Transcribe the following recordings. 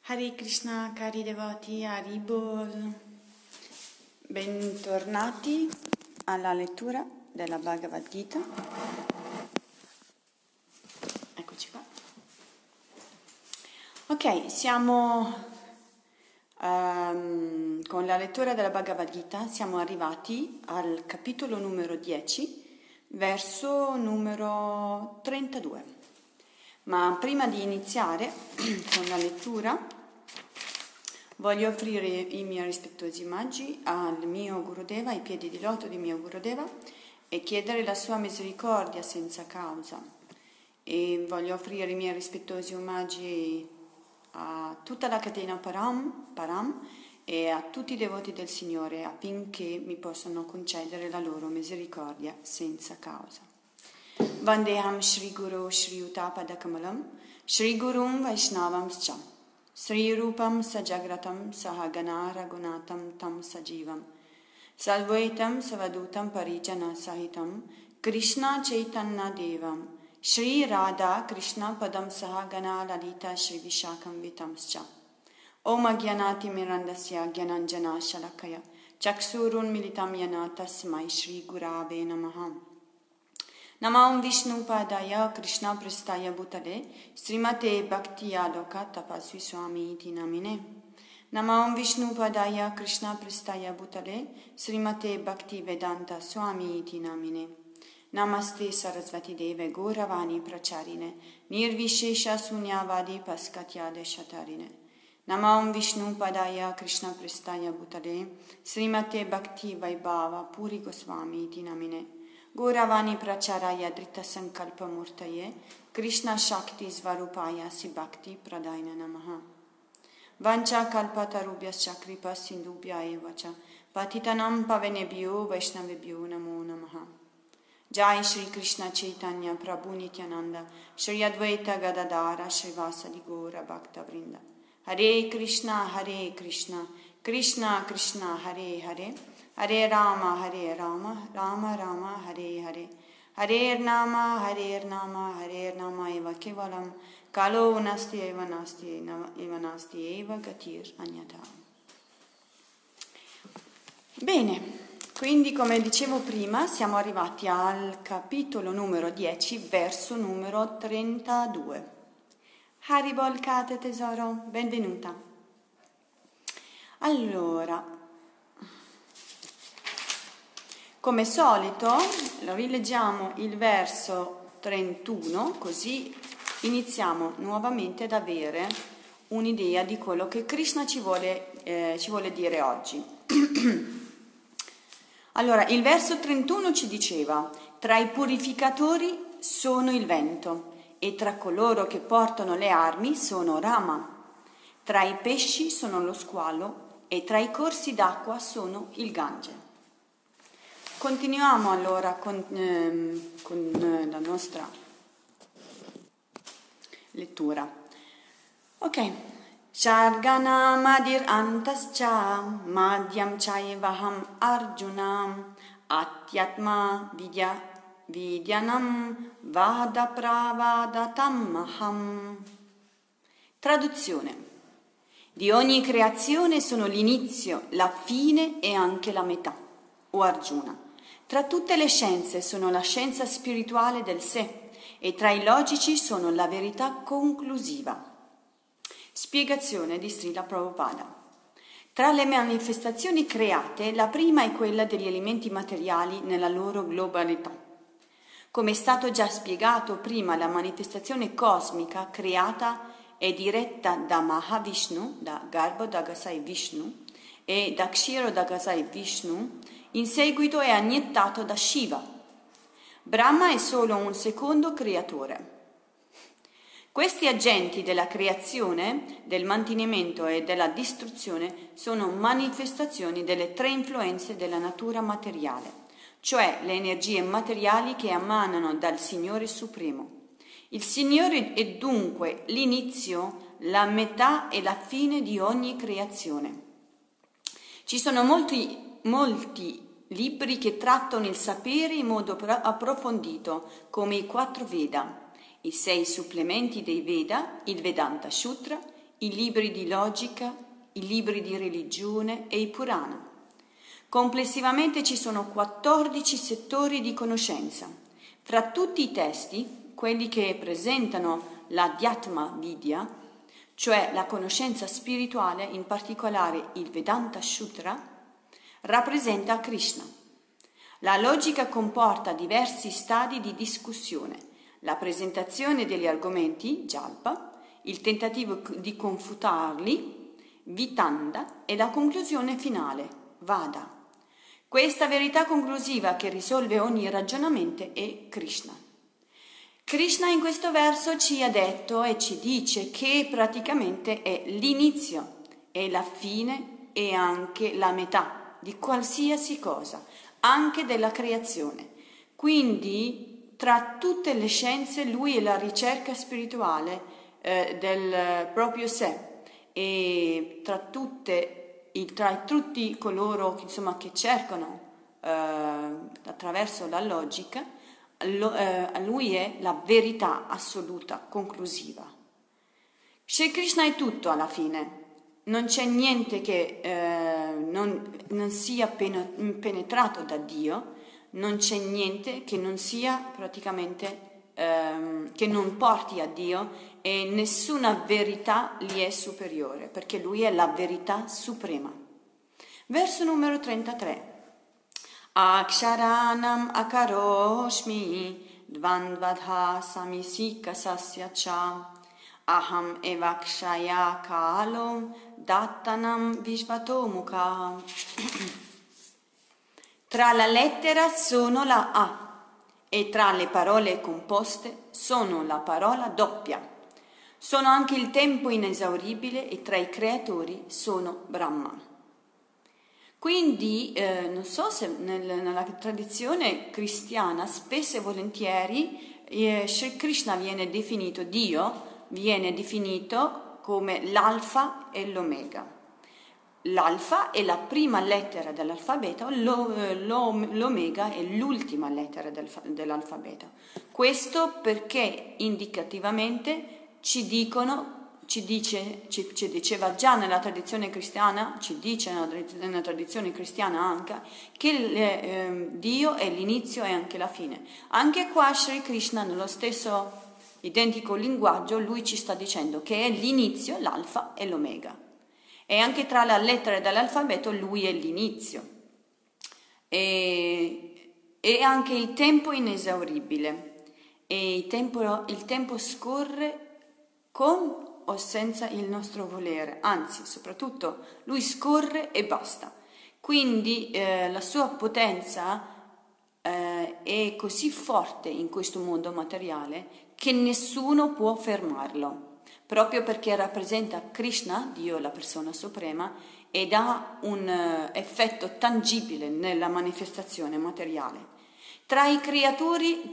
Hare Krishna, cari devoti, Haribol. Bentornati alla lettura della Bhagavad Gita. Eccoci qua. Ok, siamo con la lettura della Bhagavad Gita, siamo arrivati al capitolo numero 10, verso numero 32. Ma prima di iniziare con la lettura, voglio offrire i miei rispettosi omaggi al mio Gurudeva, ai piedi di loto di mio Gurudeva, e chiedere la sua misericordia senza causa. E voglio offrire i miei rispettosi omaggi a tutta la catena Param e a tutti i devoti del Signore, affinché mi possano concedere la loro misericordia senza causa. Vandeham Shri Guru Shri Utapadakamalam Shri Gurum Vaishnavamscha Sri Rupam Sajagratam Sahagana Ragunatam Tam Sajivam Salvaitam Savadutam Parijana Sahitam Krishna Chaitanya Devam Shri Radha Krishna Padam Sahagana Lalita Shri Vishakam Vitamscha Om Agyanati Mirandasya Gyananjana Shalakaya Chaksurun Militam Yana Tasmai Shri Gurave Namaha Namam Vishnu Padaya Krishna Prestaya Bhutale Srimate Bhakti Aloka Tapasvi Swami Iti Namine Namam Vishnu Padaya Krishna Prestaya Bhutale Srimate Bhakti Vedanta Swami Iti Namine Namaste Sarasvati Deve Gauravani Pracharine Nirvishesha Sunyavadi Paskatyade Shatarine Namam Vishnu Padaya Krishna Prestaya Bhutale Srimate Bhakti Vaibhava Puri Goswami Iti Namine Gauravani Pracharaya Dritta Sankalpa Murtaye Krishna Shakti Svarupaya Sibhakti Pradaina Namaha Vancha Kalpatarubhyas Chakripa Sindubhya Evacha Patitanam Pavenebhyo Vaishnavebhyo Namo Namaha Jai Shri Krishna Chaitanya Prabhu Nityananda Shri Advaita Gadadara Srivasadi Gaura Bhakta Vrinda Hare Krishna Krishna Krishna Hare Hare Hare Rama, Rama Rama, Hare Hare. Hare Nama, Eva Kevalam. Kalo Nasti Eva Nasti Eva Gatir Anyata. Bene, quindi come dicevo prima, siamo arrivati al capitolo numero 10, verso numero 32. Haribol Kate tesoro, benvenuta. Allora, come solito, rileggiamo il verso 31, così iniziamo nuovamente ad avere un'idea di quello che Krishna ci vuole dire oggi. Allora, il verso 31 ci diceva: tra i purificatori sono il vento, e tra coloro che portano le armi sono Rama. Tra i pesci sono lo squalo, e tra i corsi d'acqua sono il Gange. Continuiamo allora con la nostra lettura. Ok. Shargana Madir Antascha Madhyam Chaivaham Arjunam Atyatma Vidyanam Vada Pravadatam Maham. Traduzione. Di ogni creazione sono l'inizio, la fine e anche la metà, o Arjuna. Tra tutte le scienze sono la scienza spirituale del sé e tra i logici sono la verità conclusiva. Spiegazione di Srila Prabhupada. Tra le manifestazioni create, la prima è quella degli elementi materiali nella loro globalità. Come è stato già spiegato prima, la manifestazione cosmica creata è diretta da Mahavishnu, da Garbhodagasai Vishnu, e da Kshirodagasai Vishnu. In seguito è anniettato da Shiva. Brahma è solo un secondo creatore. Questi agenti della creazione, del mantenimento e della distruzione sono manifestazioni delle tre influenze della natura materiale, cioè le energie materiali che emanano dal Signore Supremo. Il Signore è dunque l'inizio, la metà e la fine di ogni creazione. Ci sono molti libri che trattano il sapere in modo approfondito, come i 4 Veda, i 6 supplementi dei Veda, il Vedanta Sutra, i libri di logica, i libri di religione e i Purana. Complessivamente ci sono 14 settori di conoscenza. Fra tutti i testi, quelli che presentano la Dhyatma Vidya, cioè la conoscenza spirituale, in particolare il Vedanta Sutra, rappresenta Krishna. La logica comporta diversi stadi di discussione, la presentazione degli argomenti, Jalpa, il tentativo di confutarli, Vitanda, e la conclusione finale, Vada. Questa verità conclusiva che risolve ogni ragionamento è Krishna. Krishna in questo verso ci ha detto e ci dice che praticamente è l'inizio, è la fine e anche la metà di qualsiasi cosa, anche della creazione. Quindi tra tutte le scienze lui è la ricerca spirituale del proprio sé, e tra tutti coloro che cercano attraverso la logica, lui è la verità assoluta, conclusiva. Shri Krishna è tutto alla fine, non c'è niente che non sia penetrato da Dio, non c'è niente che non sia praticamente che non porti a Dio, e nessuna verità gli è superiore, perché lui è la verità suprema. Verso numero 33. Aksharanam akaroshmi dvandvadha samisika sasya cha aham evakshaya kalom dattanam vishvatomukha. Tra la lettera sono la A e tra le parole composte sono la parola doppia. Sono anche il tempo inesauribile e tra i creatori sono Brahma. Quindi non so se nella tradizione cristiana spesso e volentieri Shri Krishna viene definito, Dio viene definito come l'alfa e l'omega. L'alfa è la prima lettera dell'alfabeto, l'omega è l'ultima lettera dell'alfabeto. Questo perché indicativamente ci diceva già nella tradizione cristiana, ci dice nella tradizione cristiana anche, che Dio è l'inizio e anche la fine. Anche qua Shri Krishna, nello stesso identico linguaggio, lui ci sta dicendo che è l'inizio, l'alfa e l'omega. E anche tra le lettere dell'alfabeto lui è l'inizio. E anche il tempo inesauribile. E il tempo scorre con o senza il nostro volere, anzi, soprattutto, lui scorre e basta. Quindi la sua potenza è così forte in questo mondo materiale che nessuno può fermarlo, proprio perché rappresenta Krishna, Dio la persona suprema, ed ha un effetto tangibile nella manifestazione materiale. Tra i creatori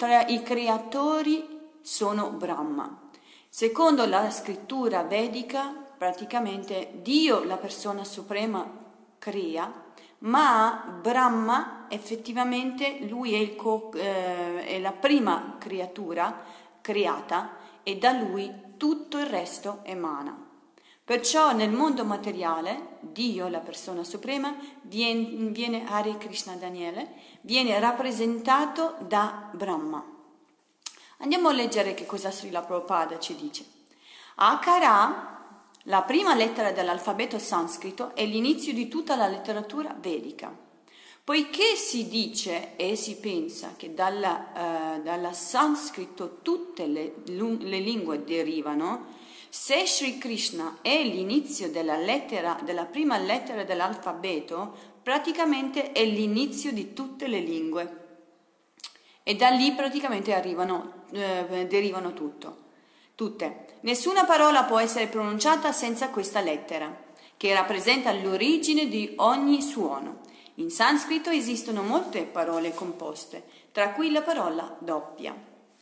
sono Brahma. Secondo la scrittura vedica, praticamente Dio, la persona suprema, crea, ma Brahma effettivamente lui è la prima creatura creata e da lui tutto il resto emana. Perciò nel mondo materiale Dio, la persona suprema, viene Hare Krishna Daniele, viene rappresentato da Brahma. Andiamo a leggere che cosa Srila Prabhupada ci dice. Akara, la prima lettera dell'alfabeto sanscrito, è l'inizio di tutta la letteratura vedica. Poiché si dice e si pensa che dalla sanscrito tutte le lingue derivano, se Sri Krishna è l'inizio della prima lettera dell'alfabeto, praticamente è l'inizio di tutte le lingue. E da lì praticamente derivano tutte. Nessuna parola può essere pronunciata senza questa lettera, che rappresenta l'origine di ogni suono. In sanscrito esistono molte parole composte, tra cui la parola doppia.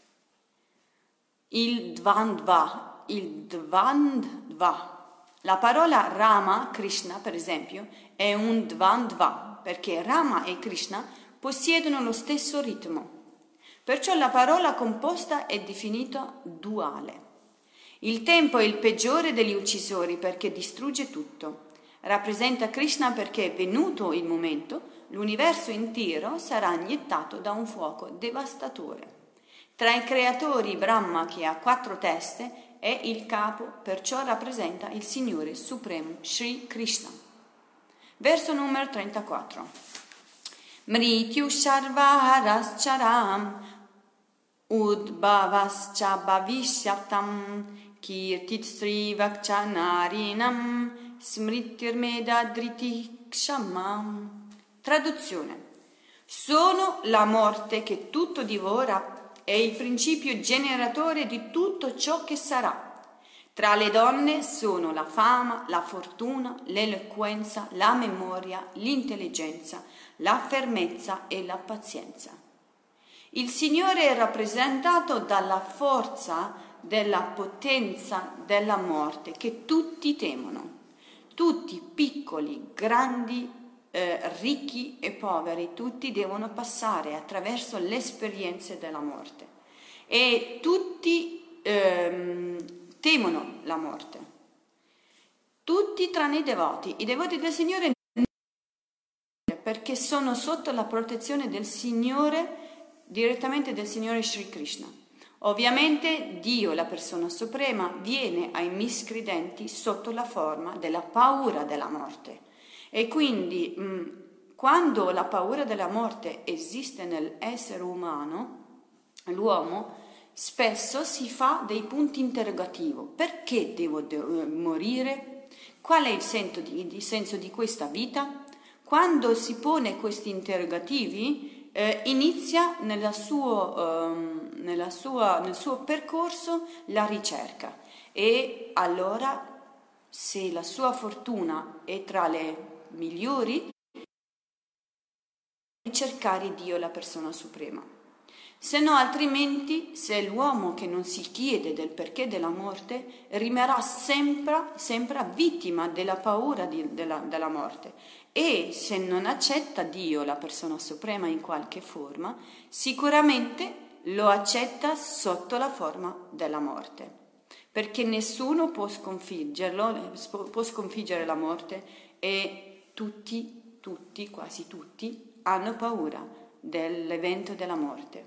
Il dvandva. La parola Rama, Krishna per esempio, è un dvandva, perché Rama e Krishna possiedono lo stesso ritmo. Perciò la parola composta è definita duale. Il tempo è il peggiore degli uccisori perché distrugge tutto. Rappresenta Krishna perché è venuto il momento, l'universo intero sarà iniettato da un fuoco devastatore. Tra i creatori Brahma, che ha 4 teste, è il capo, perciò rappresenta il Signore Supremo Sri Krishna. Verso numero 34. Mrityu Sarvaharascharam Udbhavascha Bhavishyatam Kirtit Sri Vakchanarinam Smritirmeda Driti Kshamam. Traduzione. Sono la morte che tutto divora e il principio generatore di tutto ciò che sarà. Tra le donne sono la fama, la fortuna, l'eloquenza, la memoria, l'intelligenza, la fermezza e la pazienza. Il Signore è rappresentato dalla forza della potenza della morte che tutti temono. Tutti, piccoli, grandi, ricchi e poveri, tutti devono passare attraverso le esperienze della morte e tutti temono la morte. Tutti tranne i devoti del Signore, perché sono sotto la protezione del Signore, direttamente del Signore Sri Krishna. Ovviamente Dio, la persona suprema, viene ai miscredenti sotto la forma della paura della morte. E quindi quando la paura della morte esiste nell'essere umano, l'uomo spesso si fa dei punti interrogativo. Perché devo morire? Qual è il senso di questa vita? Quando si pone questi interrogativi, inizia nel suo percorso la ricerca. E allora, se la sua fortuna è tra le migliori, cercare Dio, la persona suprema. Se no, altrimenti, se l'uomo che non si chiede del perché della morte, rimarrà sempre vittima della paura della morte. E se non accetta Dio, la persona suprema, in qualche forma, sicuramente lo accetta sotto la forma della morte. Perché nessuno può sconfiggerlo, può sconfiggere la morte, e tutti, quasi tutti, hanno paura dell'evento della morte.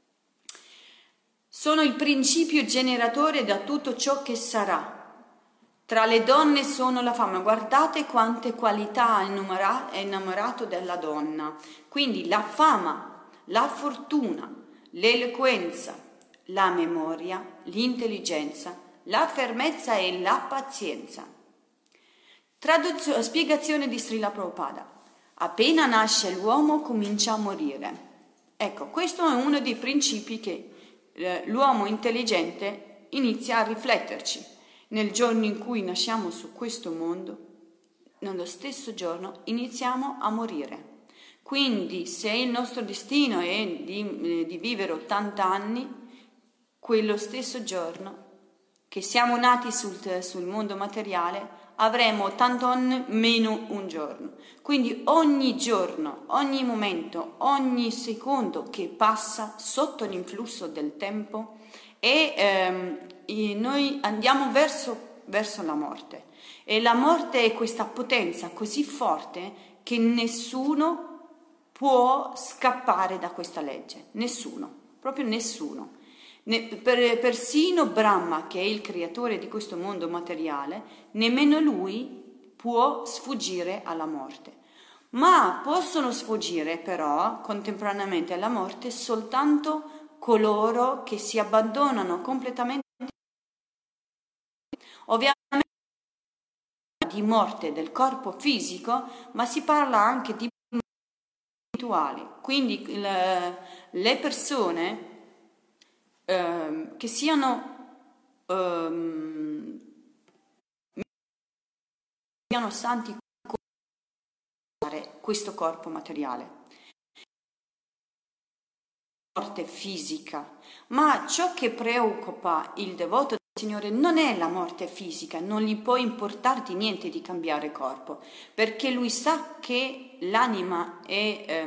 Sono il principio generatore da tutto ciò che sarà. Tra le donne sono la fama. Guardate quante qualità è innamorato della donna. Quindi la fama, la fortuna, l'eloquenza, la memoria, l'intelligenza, la fermezza e la pazienza. Spiegazione di Srila Prabhupada. Appena nasce l'uomo comincia a morire. Ecco, questo è uno dei principi che l'uomo intelligente inizia a rifletterci. Nel giorno in cui nasciamo su questo mondo, nello stesso giorno iniziamo a morire. Quindi se il nostro destino è di vivere 80 anni, quello stesso giorno che siamo nati sul mondo materiale, avremo 80 anni meno un giorno. Quindi ogni giorno, ogni momento, ogni secondo che passa sotto l'influsso del tempo e noi andiamo verso la morte. E la morte è questa potenza così forte che nessuno può scappare da questa legge. Nessuno, proprio nessuno. Persino Brahma, che è il creatore di questo mondo materiale, nemmeno lui può sfuggire alla morte. Ma possono sfuggire però contemporaneamente alla morte soltanto coloro che si abbandonano completamente. Ovviamente di morte del corpo fisico, ma si parla anche di morte spirituali. Quindi le persone che siano santi questo corpo materiale. Morte fisica, ma ciò che preoccupa il devoto del Signore non è la morte fisica, non gli può importarti niente di cambiare corpo, perché lui sa che l'anima è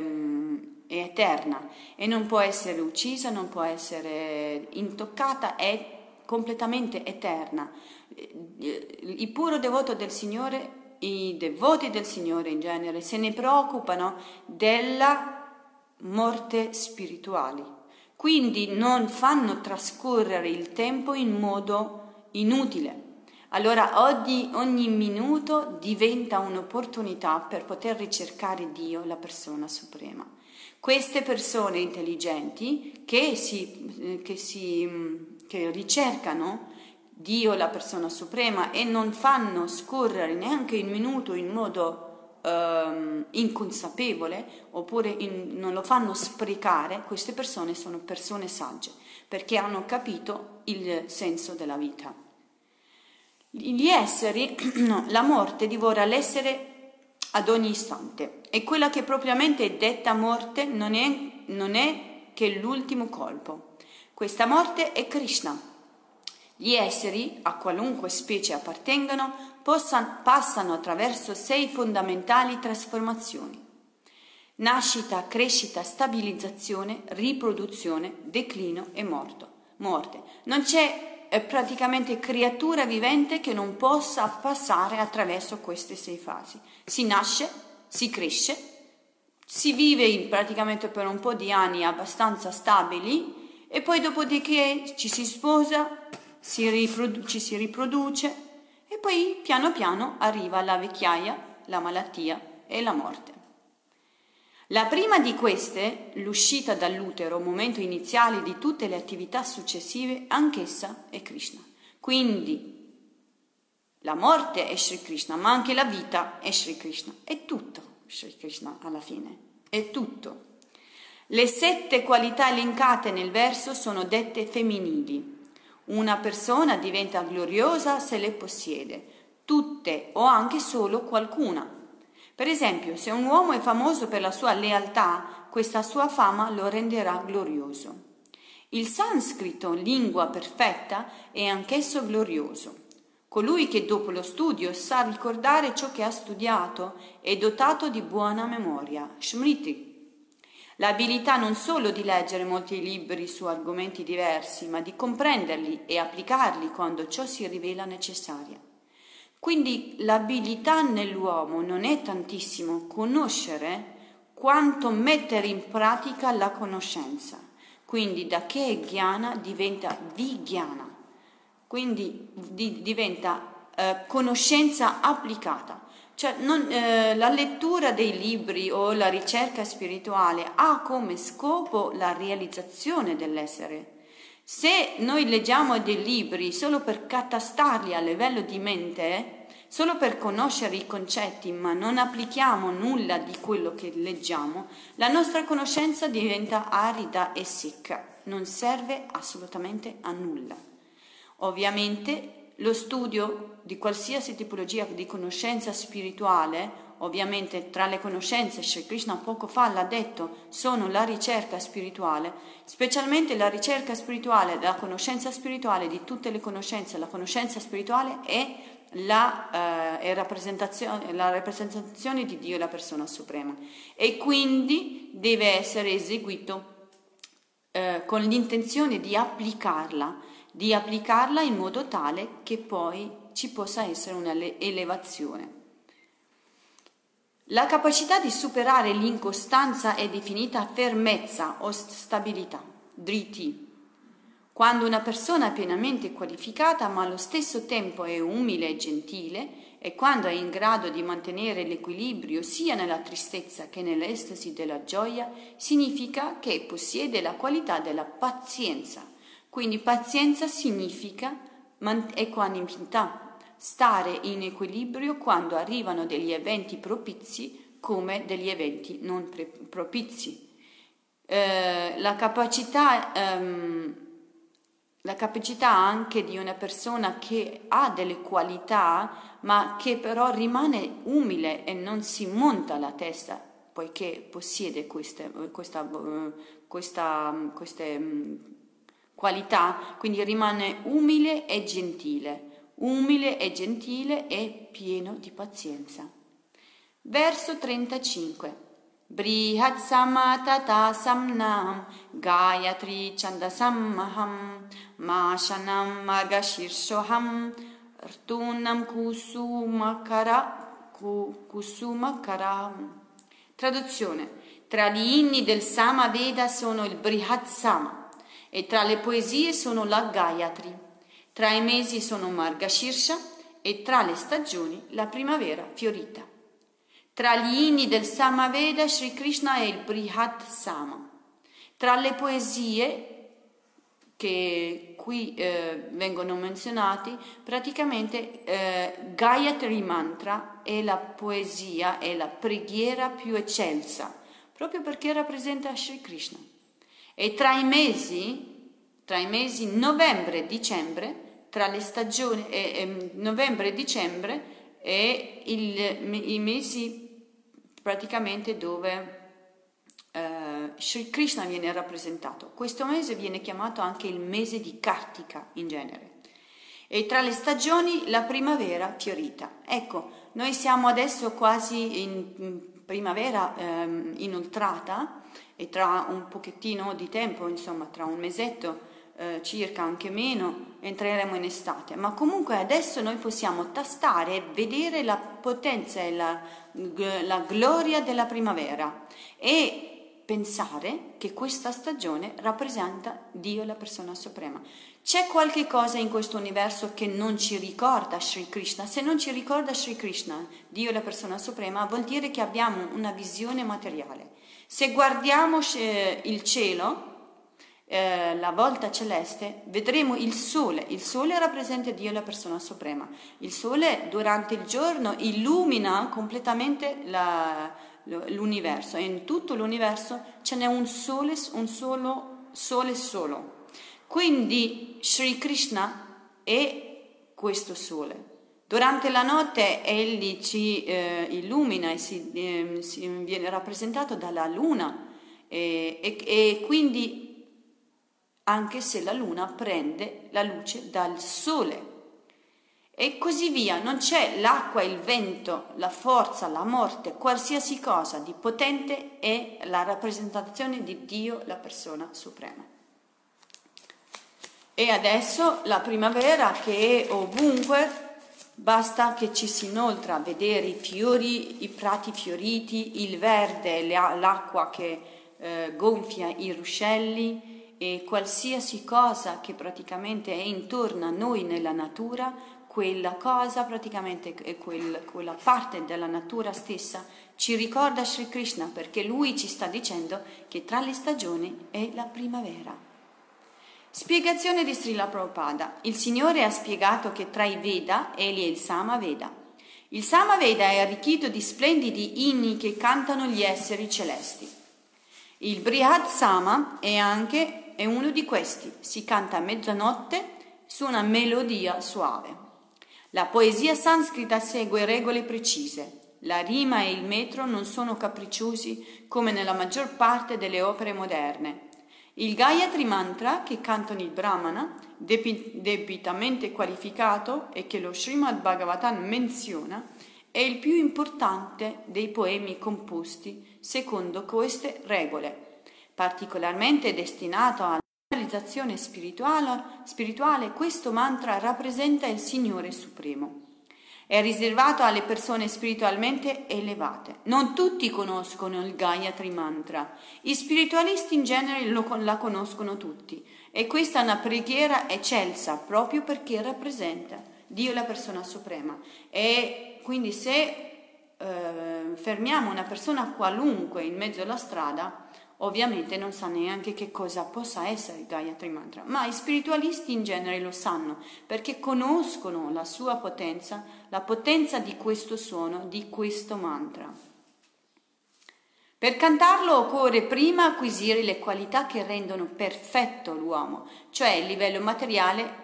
eterna e non può essere uccisa, non può essere intoccata, è completamente eterna. Il puro devoto del Signore, i devoti del Signore in genere, se ne preoccupano della morte spirituale. Quindi non fanno trascorrere il tempo in modo inutile. Allora ogni minuto diventa un'opportunità per poter ricercare Dio, la persona suprema. Queste persone intelligenti che ricercano Dio, la persona suprema, e non fanno scorrere neanche il minuto in modo inconsapevole, oppure non lo fanno sprecare, queste persone sono persone sagge, perché hanno capito il senso della vita. Gli esseri, la morte divora l'essere ad ogni istante, e quella che propriamente è detta morte non è che l'ultimo colpo. Questa morte è Krishna. Gli esseri, a qualunque specie appartengano, passano attraverso 6 fondamentali trasformazioni: nascita, crescita, stabilizzazione, riproduzione, declino e morte. Non c'è praticamente creatura vivente che non possa passare attraverso queste 6 fasi. Si nasce, si cresce, si vive praticamente per un po' di anni abbastanza stabili, e poi dopodiché ci si sposa, ci si riproduce, e poi piano piano arriva la vecchiaia, la malattia e la morte. La prima di queste, l'uscita dall'utero, momento iniziale di tutte le attività successive, anch'essa è Krishna. Quindi la morte è Sri Krishna, ma anche la vita è Sri Krishna. È tutto Sri Krishna alla fine, è tutto. Le 7 qualità elencate nel verso sono dette femminili. Una persona diventa gloriosa se le possiede, tutte o anche solo qualcuna. Per esempio, se un uomo è famoso per la sua lealtà, questa sua fama lo renderà glorioso. Il sanscrito, lingua perfetta, è anch'esso glorioso. Colui che dopo lo studio sa ricordare ciò che ha studiato è dotato di buona memoria, smriti. L'abilità non solo di leggere molti libri su argomenti diversi, ma di comprenderli e applicarli quando ciò si rivela necessaria. Quindi l'abilità nell'uomo non è tantissimo conoscere quanto mettere in pratica la conoscenza. Quindi da che è jnana diventa vigyana, quindi diventa conoscenza applicata. Cioè la lettura dei libri o la ricerca spirituale ha come scopo la realizzazione dell'essere. Se noi leggiamo dei libri solo per catastarli a livello di mente, solo per conoscere i concetti, ma non applichiamo nulla di quello che leggiamo, la nostra conoscenza diventa arida e secca, non serve assolutamente a nulla. Ovviamente lo studio di qualsiasi tipologia di conoscenza spirituale, ovviamente tra le conoscenze, Sri Krishna poco fa l'ha detto, sono la ricerca spirituale, specialmente la ricerca spirituale, la conoscenza spirituale di tutte le conoscenze. La conoscenza spirituale è la rappresentazione di Dio, la persona suprema, e quindi deve essere eseguito con l'intenzione di applicarla in modo tale che poi ci possa essere un'elevazione. La capacità di superare l'incostanza è definita fermezza o stabilità, driti. Quando una persona è pienamente qualificata ma allo stesso tempo è umile e gentile, e quando è in grado di mantenere l'equilibrio sia nella tristezza che nell'estasi della gioia, significa che possiede la qualità della pazienza. Quindi pazienza significa equanimità, stare in equilibrio quando arrivano degli eventi propizi come degli eventi non propizi. La capacità anche di una persona che ha delle qualità, ma che però rimane umile e non si monta la testa, poiché possiede queste qualità, quindi rimane umile e gentile e pieno di pazienza. Verso 35. Brihat samatata samnam Gayatri chandasammaham Mashanam margashirshoham Rtunam kusumakaram. Traduzione: tra gli inni del Sama Veda sono il Brihat Sama e tra le poesie sono la Gayatri. Tra i mesi sono Margashirsha e tra le stagioni la primavera fiorita. Tra gli inni del Samaveda Sri Krishna è il Brihat Sama. Tra le poesie che qui vengono menzionati, praticamente Gayatri Mantra è la poesia, è la preghiera più eccelsa, proprio perché rappresenta Sri Krishna. E tra i mesi novembre e dicembre, tra le stagioni novembre e dicembre è i mesi praticamente dove Sri Krishna viene rappresentato. Questo mese viene chiamato anche il mese di Kartika in genere. E tra le stagioni la primavera fiorita. Ecco, noi siamo adesso quasi in primavera inoltrata e tra un pochettino di tempo, insomma tra un mesetto circa, anche meno, entreremo in estate. Ma comunque adesso noi possiamo tastare e vedere la potenza e la gloria della primavera e pensare che questa stagione rappresenta Dio, la persona suprema. C'è qualche cosa in questo universo che non ci ricorda Sri Krishna? Se non ci ricorda Sri Krishna, Dio, la persona suprema, vuol dire che abbiamo una visione materiale. Se guardiamo il cielo, la volta celeste, vedremo il sole. Il sole rappresenta Dio, la persona suprema. Il sole durante il giorno illumina completamente l'universo, e in tutto l'universo ce n'è un solo sole. Quindi Sri Krishna è questo sole. Durante la notte egli ci illumina e viene rappresentato dalla luna e quindi anche se la luna prende la luce dal sole. E così via, non c'è l'acqua, il vento, la forza, la morte, qualsiasi cosa di potente è la rappresentazione di Dio, la persona suprema. E adesso la primavera che è ovunque, basta che ci si inoltra a vedere i fiori, i prati fioriti, il verde, l'acqua che gonfia i ruscelli e qualsiasi cosa che praticamente è intorno a noi nella natura. Quella cosa praticamente è quella parte della natura stessa ci ricorda Sri Krishna, perché lui ci sta dicendo che tra le stagioni è la primavera. Spiegazione di Srila Prabhupada. Il Signore ha spiegato che tra i Veda egli è il Sama Veda. Il Sama Veda è arricchito di splendidi inni che cantano gli esseri celesti. Il Brihat Sama è uno di questi. Si canta a mezzanotte su una melodia suave. La poesia sanscrita segue regole precise. La rima e il metro non sono capricciosi come nella maggior parte delle opere moderne. Il Gayatri Mantra, che cantano i Brahmana, debitamente qualificato e che lo Srimad Bhagavatam menziona, è il più importante dei poemi composti secondo queste regole, particolarmente destinato alla realizzazione spirituale. Questo mantra rappresenta il Signore Supremo. È riservato alle persone spiritualmente elevate. Non tutti conoscono il Gayatri Mantra. Gli spiritualisti in genere la conoscono tutti. E questa è una preghiera eccelsa proprio perché rappresenta Dio, la persona suprema. E quindi se fermiamo una persona qualunque in mezzo alla strada, ovviamente non sa neanche che cosa possa essere il Gayatri Mantra, ma i spiritualisti in genere lo sanno perché conoscono la sua potenza, la potenza di questo suono, di questo mantra. Per cantarlo occorre prima acquisire le qualità che rendono perfetto l'uomo, cioè a livello materiale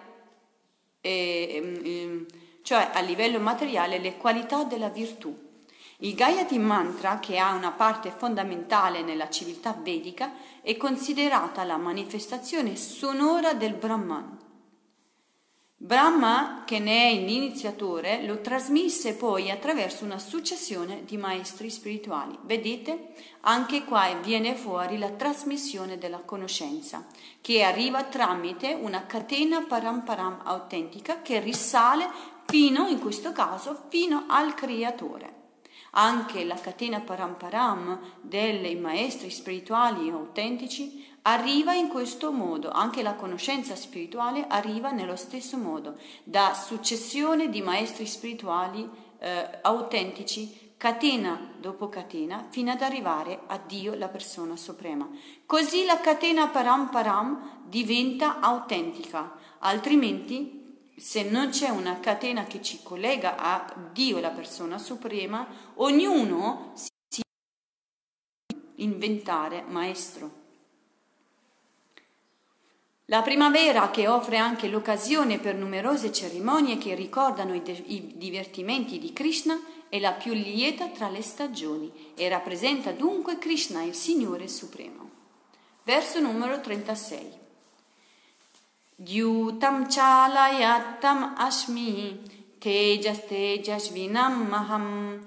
le qualità della virtù. Il Gayatri Mantra, che ha una parte fondamentale nella civiltà vedica, è considerata la manifestazione sonora del Brahman. Brahma, che ne è l'iniziatore, lo trasmise poi attraverso una successione di maestri spirituali. Vedete? Anche qua viene fuori la trasmissione della conoscenza, che arriva tramite una catena paramparam autentica che risale in questo caso, fino al creatore. Anche la catena paramparam dei maestri spirituali autentici arriva in questo modo, anche la conoscenza spirituale arriva nello stesso modo, da successione di maestri spirituali autentici, catena dopo catena, fino ad arrivare a Dio, la persona suprema. Così la catena paramparam diventa autentica, altrimenti se non c'è una catena che ci collega a Dio, la persona suprema, ognuno si inventare maestro. La primavera, che offre anche l'occasione per numerose cerimonie che ricordano i divertimenti di Krishna, è la più lieta tra le stagioni e rappresenta dunque Krishna, il Signore Supremo. Verso numero 36. Dyutam chalayattam ashmi tejas tejasvinam maham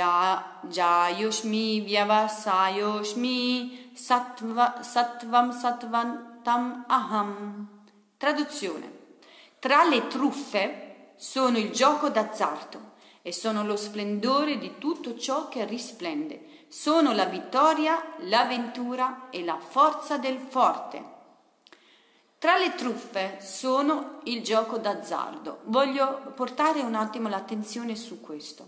jayoshmi vyavasayoshmi sattvam sattvantam aham. Traduzione: tra le truffe sono il gioco d'azzardo e sono lo splendore di tutto ciò che risplende, sono la vittoria, l'avventura e la forza del forte. Tra le truffe sono il gioco d'azzardo. Voglio portare un attimo l'attenzione su questo.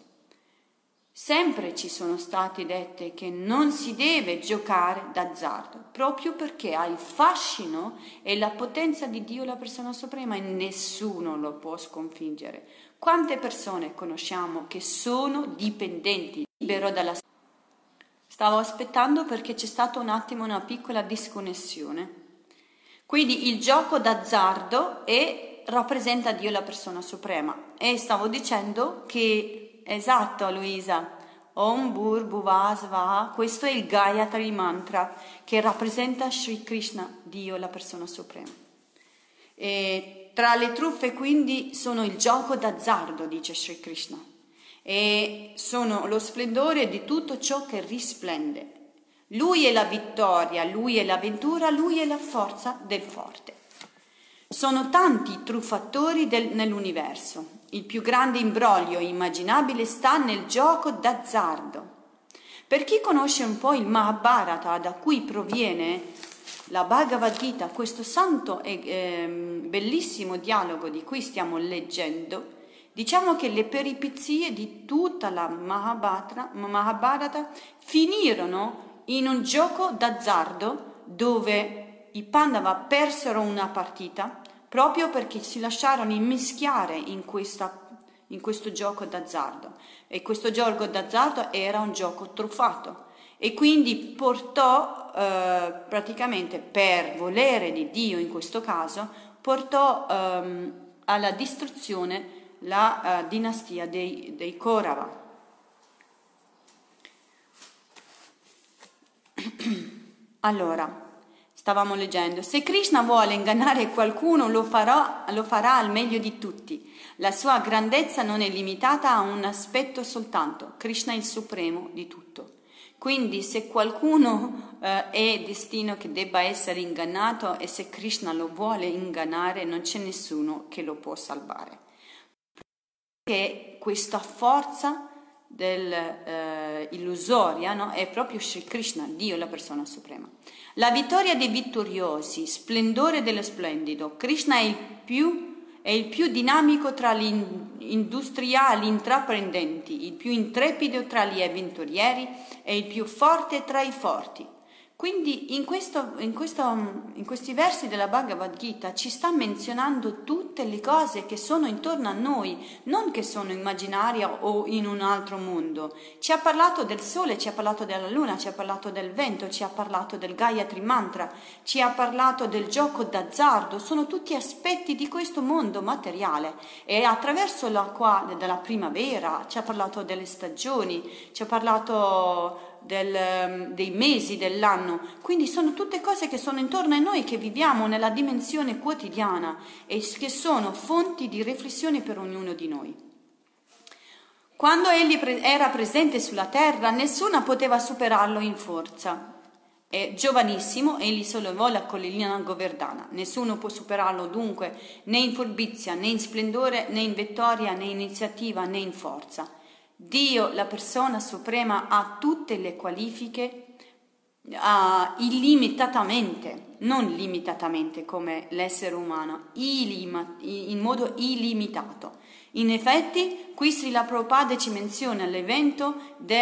Sempre ci sono state dette che non si deve giocare d'azzardo, proprio perché ha il fascino e la potenza di Dio, la persona suprema, e nessuno lo può sconfiggere. Quante persone conosciamo che sono dipendenti, libero dalla... Stavo aspettando perché c'è stata un attimo una piccola disconnessione. Quindi il gioco d'azzardo rappresenta Dio, la persona suprema. E stavo dicendo che, esatto Luisa, Om Bhur Bhuva Svaha, questo è il Gayatri Mantra che rappresenta Sri Krishna, Dio, la persona suprema. E tra le truffe quindi sono il gioco d'azzardo, dice Sri Krishna, e sono lo splendore di tutto ciò che risplende. Lui è la vittoria, lui è l'avventura, lui è la forza del forte. Sono tanti i truffatori nell'universo. Il più grande imbroglio immaginabile sta nel gioco d'azzardo. Per chi conosce un po' il Mahabharata, da cui proviene la Bhagavad Gita, questo santo e bellissimo dialogo di cui stiamo leggendo, diciamo che le peripezie di tutta la Mahabharata finirono in un gioco d'azzardo dove i Pandava persero una partita proprio perché si lasciarono immischiare in questo gioco d'azzardo, e questo gioco d'azzardo era un gioco truffato e quindi portò praticamente, per volere di Dio in questo caso, portò alla distruzione la dinastia dei Kaurava. Allora, stavamo leggendo: se Krishna vuole ingannare qualcuno lo farà al meglio di tutti. La sua grandezza non è limitata a un aspetto soltanto. Krishna è il supremo di tutto. Quindi se qualcuno è destino che debba essere ingannato, e se Krishna lo vuole ingannare, non c'è nessuno che lo può salvare. Perché questa forza illusoria, no? È proprio Sri Krishna, Dio, la persona suprema. La vittoria dei vittoriosi, splendore dello splendido. Krishna è il più dinamico tra gli industriali intraprendenti, il più intrepido tra gli avventurieri e il più forte tra i forti. Quindi in questi versi della Bhagavad Gita ci sta menzionando tutte le cose che sono intorno a noi, non che sono immaginarie o in un altro mondo. Ci ha parlato del sole, ci ha parlato della luna, ci ha parlato del vento, ci ha parlato del Gayatri Mantra, ci ha parlato del gioco d'azzardo. Sono tutti aspetti di questo mondo materiale, e attraverso della primavera ci ha parlato delle stagioni, ci ha parlato dei mesi dell'anno. Quindi sono tutte cose che sono intorno a noi, che viviamo nella dimensione quotidiana e che sono fonti di riflessione per ognuno di noi. Quando egli era presente sulla terra, nessuno poteva superarlo in forza. È giovanissimo, egli sollevò la collina Govardhana. Nessuno può superarlo dunque, né in furbizia, né in splendore, né in vittoria, né in iniziativa, né in forza. Dio, la persona suprema, ha tutte le qualifiche illimitatamente, non limitatamente come l'essere umano, in modo illimitato. In effetti, qui Srila Prabhupada ci menziona l'evento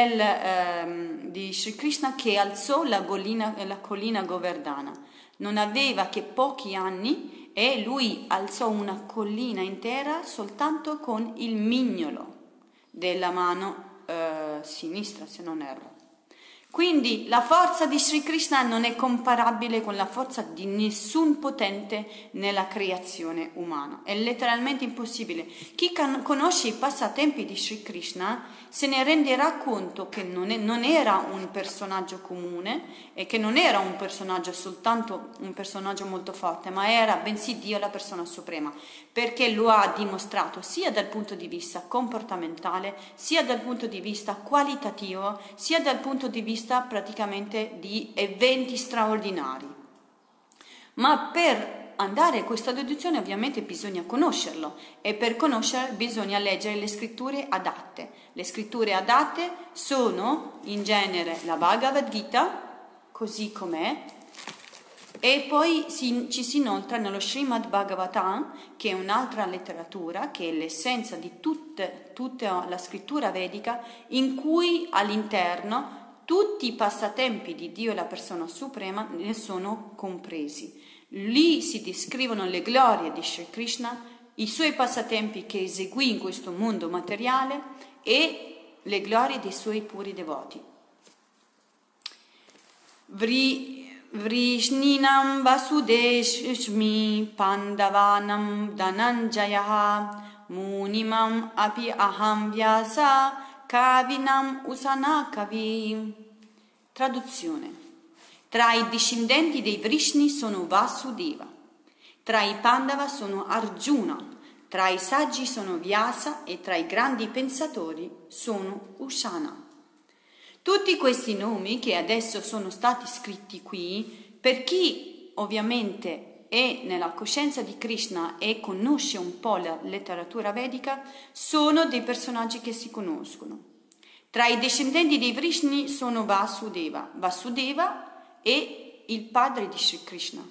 di Sri Krishna che alzò la collina Govardhana. Non aveva che pochi anni e lui alzò una collina intera soltanto con il mignolo della mano sinistra, se non erro. Quindi la forza di Sri Krishna non è comparabile con la forza di nessun potente nella creazione umana. È letteralmente impossibile. Chi conosce i passatempi di Sri Krishna se ne renderà conto che non era un personaggio comune e che non era un personaggio soltanto un personaggio molto forte, ma era bensì Dio, la persona suprema, perché lo ha dimostrato sia dal punto di vista comportamentale, sia dal punto di vista qualitativo, sia dal punto di vista praticamente di eventi straordinari. Ma per andare a questa deduzione ovviamente bisogna conoscerlo e per conoscere bisogna leggere le scritture adatte. Le scritture adatte sono in genere la Bhagavad Gita, così com'è, e poi ci si inoltra nello Srimad Bhagavatam, che è un'altra letteratura, che è l'essenza di tutta la scrittura vedica, in cui all'interno tutti i passatempi di Dio, la persona suprema, ne sono compresi. Lì si descrivono le glorie di Sri Krishna, i suoi passatempi che eseguì in questo mondo materiale e le glorie dei suoi puri devoti. Vrishninam Vasudeshmi Pandavanam Dhananjaya Munimam Api Aham Vyasa Kavinam Usana Kavi. Traduzione. Tra i discendenti dei Vrishni sono Vasudeva, tra i Pandava sono Arjuna, tra i saggi sono Vyasa e tra i grandi pensatori sono Ushana. Tutti questi nomi che adesso sono stati scritti qui, per chi ovviamente è nella coscienza di Krishna e conosce un po' la letteratura vedica, sono dei personaggi che si conoscono. Tra i discendenti dei Vrishni sono Vasudeva. Vasudeva è il padre di Sri Krishna.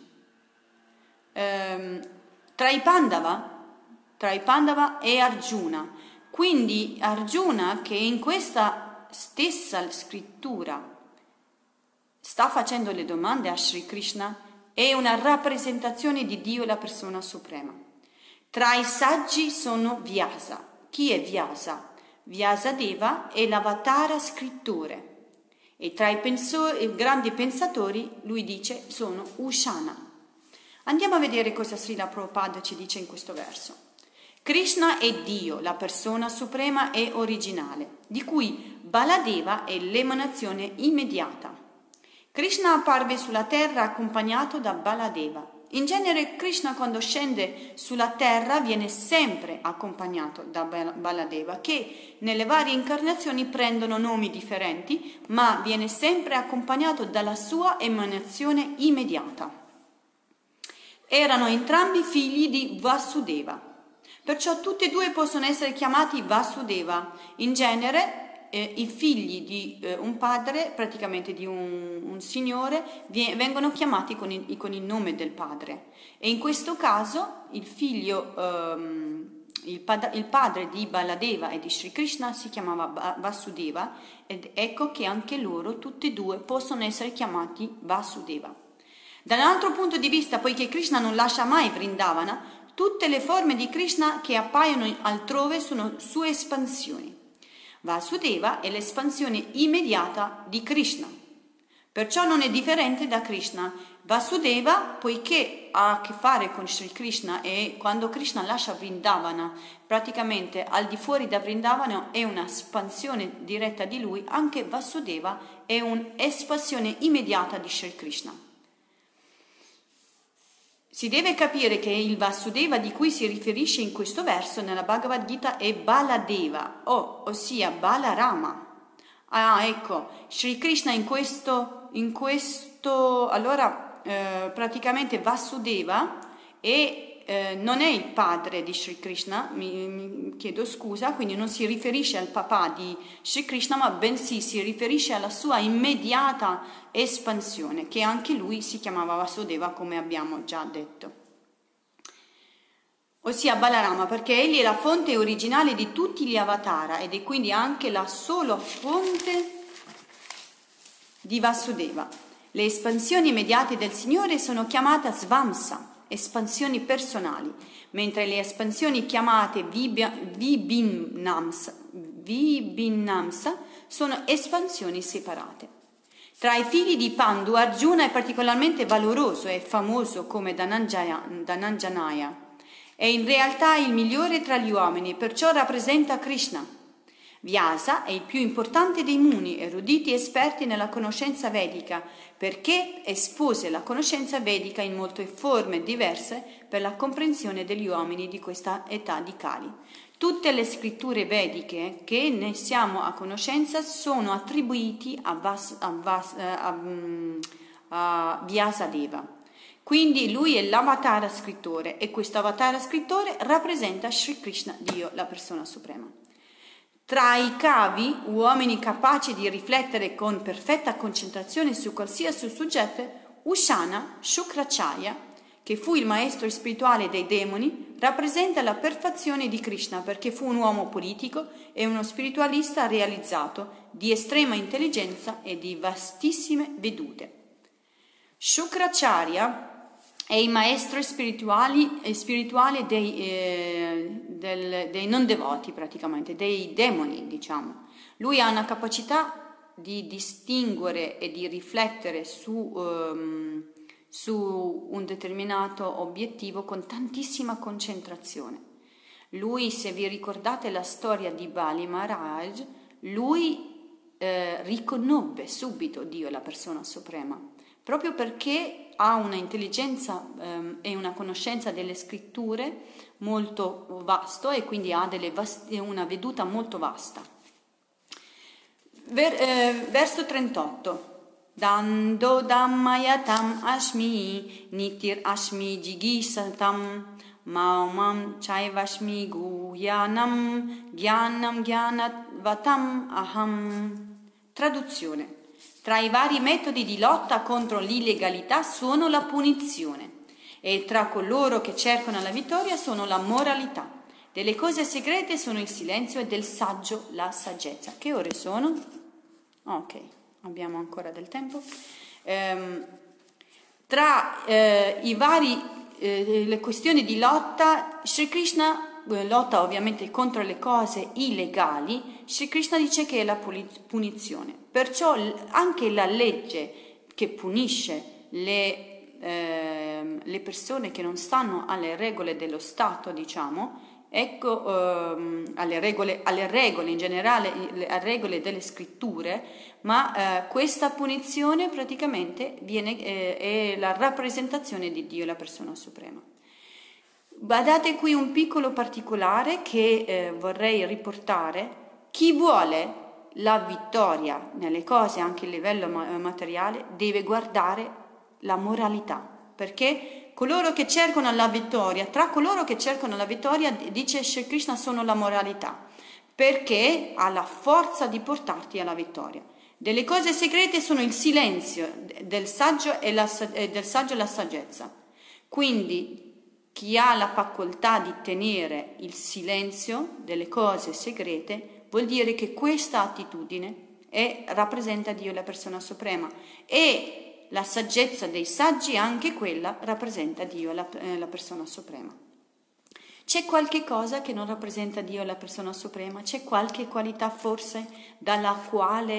Tra i Pandava è Arjuna. Quindi Arjuna, che in questa stessa scrittura sta facendo le domande a Sri Krishna, è una rappresentazione di Dio, la persona suprema. Tra i saggi sono Vyasa. Chi è Vyasa? Vyasadeva è l'avatara scrittore. E tra i grandi pensatori, lui dice, sono Ushana. Andiamo a vedere cosa Srila Prabhupada ci dice in questo verso. Krishna è Dio, la persona suprema e originale, di cui Baladeva è l'emanazione immediata. Krishna apparve sulla terra accompagnato da Baladeva. In genere Krishna quando scende sulla terra viene sempre accompagnato da Baladeva, che nelle varie incarnazioni prendono nomi differenti, ma viene sempre accompagnato dalla sua emanazione immediata. Erano entrambi figli di Vasudeva, perciò tutti e due possono essere chiamati Vasudeva. In genere i figli di un padre, praticamente di un signore, vengono chiamati con il nome del padre. E in questo caso il padre di Baladeva e di Sri Krishna si chiamava Vasudeva, ed ecco che anche loro, tutti e due, possono essere chiamati Vasudeva. Da un altro punto di vista, poiché Krishna non lascia mai Vrindavana, tutte le forme di Krishna che appaiono altrove sono sue espansioni. Vasudeva è l'espansione immediata di Krishna. Perciò non è differente da Krishna. Vasudeva, poiché ha a che fare con Sri Krishna, e quando Krishna lascia Vrindavana, praticamente al di fuori da Vrindavana è una espansione diretta di lui, anche Vasudeva è un'espansione immediata di Sri Krishna. Si deve capire che il Vasudeva di cui si riferisce in questo verso nella Bhagavad Gita è Baladeva, ossia Balarama. Ecco, Sri Krishna in questo allora praticamente Vasudeva non è il padre di Sri Krishna, mi chiedo scusa, quindi non si riferisce al papà di Sri Krishna, ma bensì si riferisce alla sua immediata espansione, che anche lui si chiamava Vasudeva, come abbiamo già detto. Ossia Balarama, perché egli è la fonte originale di tutti gli avatara ed è quindi anche la sola fonte di Vasudeva. Le espansioni immediate del Signore sono chiamate Svamsa, espansioni personali, mentre le espansioni chiamate Vibhinamsa sono espansioni separate. Tra i figli di Pandu, Arjuna è particolarmente valoroso e famoso come Dhananjaya. È in realtà il migliore tra gli uomini, perciò rappresenta Krishna. Vyasa è il più importante dei Muni, eruditi esperti nella conoscenza vedica, perché espose la conoscenza vedica in molte forme diverse per la comprensione degli uomini di questa età di Kali. Tutte le scritture vediche che ne siamo a conoscenza sono attribuiti a Vyasadeva. Quindi lui è l'avatara scrittore e questo avatara scrittore rappresenta Sri Krishna, Dio, la persona suprema. Tra i kavi, uomini capaci di riflettere con perfetta concentrazione su qualsiasi soggetto, Ushana Shukracharya, che fu il maestro spirituale dei demoni, rappresenta la perfezione di Krishna perché fu un uomo politico e uno spiritualista realizzato, di estrema intelligenza e di vastissime vedute. Shukracharya è il maestro spirituale dei non devoti, praticamente, dei demoni, diciamo. Lui ha una capacità di distinguere e di riflettere su un determinato obiettivo con tantissima concentrazione. Lui, se vi ricordate la storia di Bali Maharaj, lui riconobbe subito Dio, la persona suprema, proprio perché ha una intelligenza e una conoscenza delle scritture molto vasto e quindi ha una veduta molto vasta. Verso 38. Dando Dhammayatam Ashmi Nitir Ashmi Jigisatam Maumam Chaivashmi Guyanam Gyanam Gyanavatam Aham. Traduzione. Tra i vari metodi di lotta contro l'illegalità sono la punizione e tra coloro che cercano la vittoria sono la moralità. Delle cose segrete sono il silenzio e del saggio la saggezza. Che ore sono? Ok, abbiamo ancora del tempo. Tra le questioni di lotta, Sri Krishna lotta ovviamente contro le cose illegali. Sri Krishna dice che è la punizione. Perciò anche la legge che punisce le persone che non stanno alle regole dello Stato, diciamo, ecco, alle regole in generale, alle regole delle scritture, ma questa punizione praticamente è la rappresentazione di Dio, la persona suprema. Badate qui un piccolo particolare che vorrei riportare. Chi vuole la vittoria nelle cose anche a livello materiale deve guardare la moralità, perché coloro che cercano la vittoria, tra coloro che cercano la vittoria, dice Sri Krishna, sono la moralità, perché ha la forza di portarti alla vittoria. Delle cose segrete sono il silenzio del saggio e la saggezza. Quindi chi ha la facoltà di tenere il silenzio delle cose segrete vuol dire che questa attitudine rappresenta Dio, la persona suprema, e la saggezza dei saggi, anche quella, rappresenta Dio, la persona suprema. C'è qualche cosa che non rappresenta Dio, la persona suprema? C'è qualche qualità forse dalla quale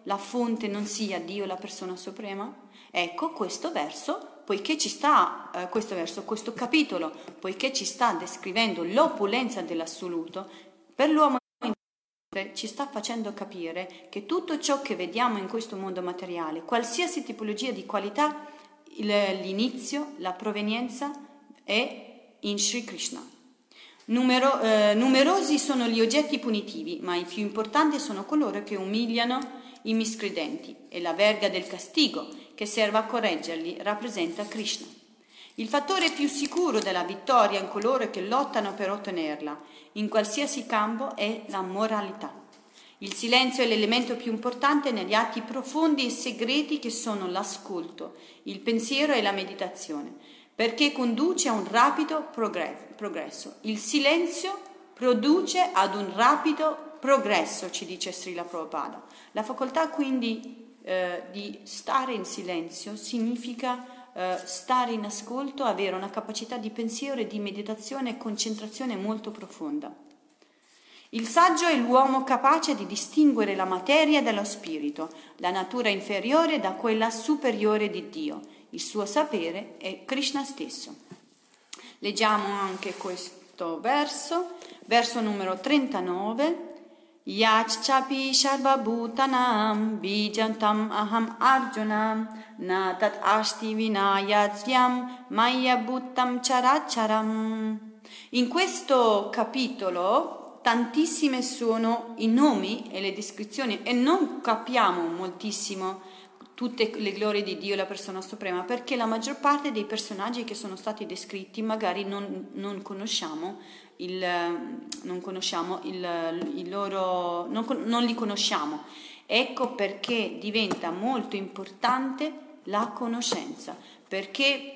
la fonte non sia Dio, la persona suprema? Ecco, questo verso, poiché ci sta, questo capitolo, poiché ci sta descrivendo l'opulenza dell'assoluto, per l'uomo ci sta facendo capire che tutto ciò che vediamo in questo mondo materiale, qualsiasi tipologia di qualità, l'inizio, la provenienza è in Sri Krishna. Numerosi sono gli oggetti punitivi, ma i più importanti sono coloro che umiliano i miscredenti, e la verga del castigo che serve a correggerli rappresenta Krishna. Il fattore più sicuro della vittoria in coloro che lottano per ottenerla, in qualsiasi campo, è la moralità. Il silenzio è l'elemento più importante negli atti profondi e segreti che sono l'ascolto, il pensiero e la meditazione, perché conduce a un rapido progresso. Il silenzio produce ad un rapido progresso, ci dice Srila Prabhupada. La facoltà quindi di stare in silenzio significa stare in ascolto, avere una capacità di pensiero e di meditazione e concentrazione molto profonda. Il saggio è l'uomo capace di distinguere la materia dallo spirito, la natura inferiore da quella superiore di Dio. Il suo sapere è Krishna stesso. Leggiamo anche questo verso numero 39. Yachchapi Sharvabhutanam Bijantam Aham Arjuna Natat Ashti Vinayasyam Maya Bhuttam Characharam. In questo capitolo tantissime sono i nomi e le descrizioni e non capiamo moltissimo tutte le glorie di Dio, la persona suprema, perché la maggior parte dei personaggi che sono stati descritti magari non conosciamo non li conosciamo. Ecco perché diventa molto importante la conoscenza, perché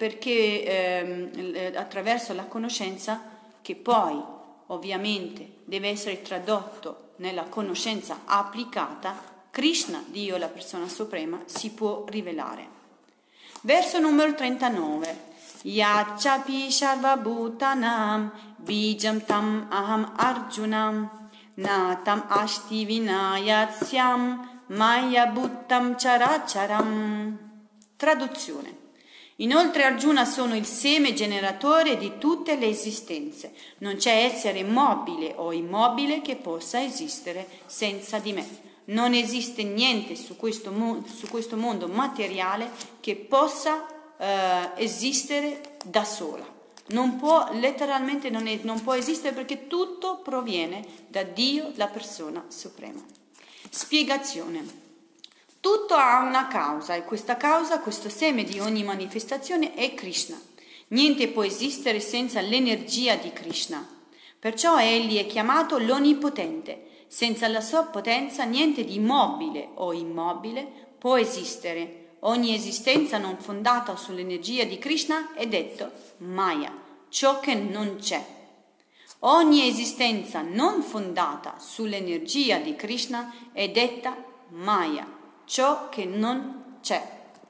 attraverso la conoscenza, che poi ovviamente deve essere tradotto nella conoscenza applicata, Krishna, Dio, la persona suprema, si può rivelare. Verso numero 39. Yacchapi Sharvabhutanam Bijam Tam Aham Arjunam Natam Ashti Vinayasyam Maya Bhuttam Characharam. Traduzione. Inoltre Arjuna sono il seme generatore di tutte le esistenze. Non c'è essere mobile o immobile che possa esistere senza di me. Non esiste niente su questo mondo materiale che possa esistere da sola. Non può esistere perché tutto proviene da Dio, la persona suprema. Spiegazione. Tutto ha una causa e questa causa, questo seme di ogni manifestazione è Krishna. Niente può esistere senza l'energia di Krishna. Perciò egli è chiamato l'Onnipotente. Senza la sua potenza niente di mobile o immobile può esistere. Ogni esistenza non fondata sull'energia di Krishna è detto Maya, ciò che non c'è. Ogni esistenza non fondata sull'energia di Krishna è detta Maya, ciò che non c'è.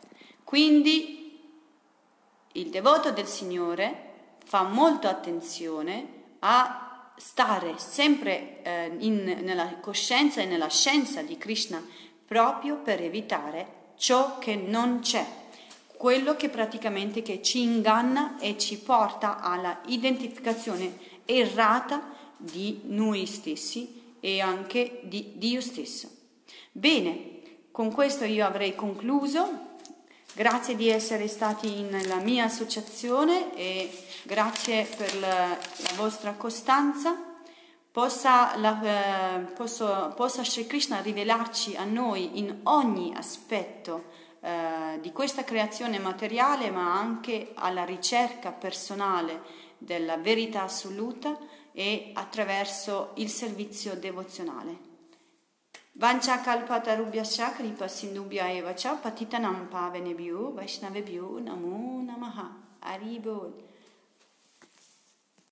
Quindi il devoto del Signore fa molta attenzione a stare sempre nella coscienza e nella scienza di Krishna, proprio per evitare ciò che non c'è, quello che praticamente che ci inganna e ci porta alla identificazione errata di noi stessi e anche di Dio stesso. Bene, con questo io avrei concluso. Grazie di essere stati nella mia associazione e grazie per la vostra costanza. Possa Sri Krishna rivelarci a noi in ogni aspetto di questa creazione materiale, ma anche alla ricerca personale della verità assoluta e attraverso il servizio devozionale. Vancha kalpatarubhyascha kripa sindubhya eva cha patitanam pavanebhyo vaishnavebhyo namo namaha. Hari Bol.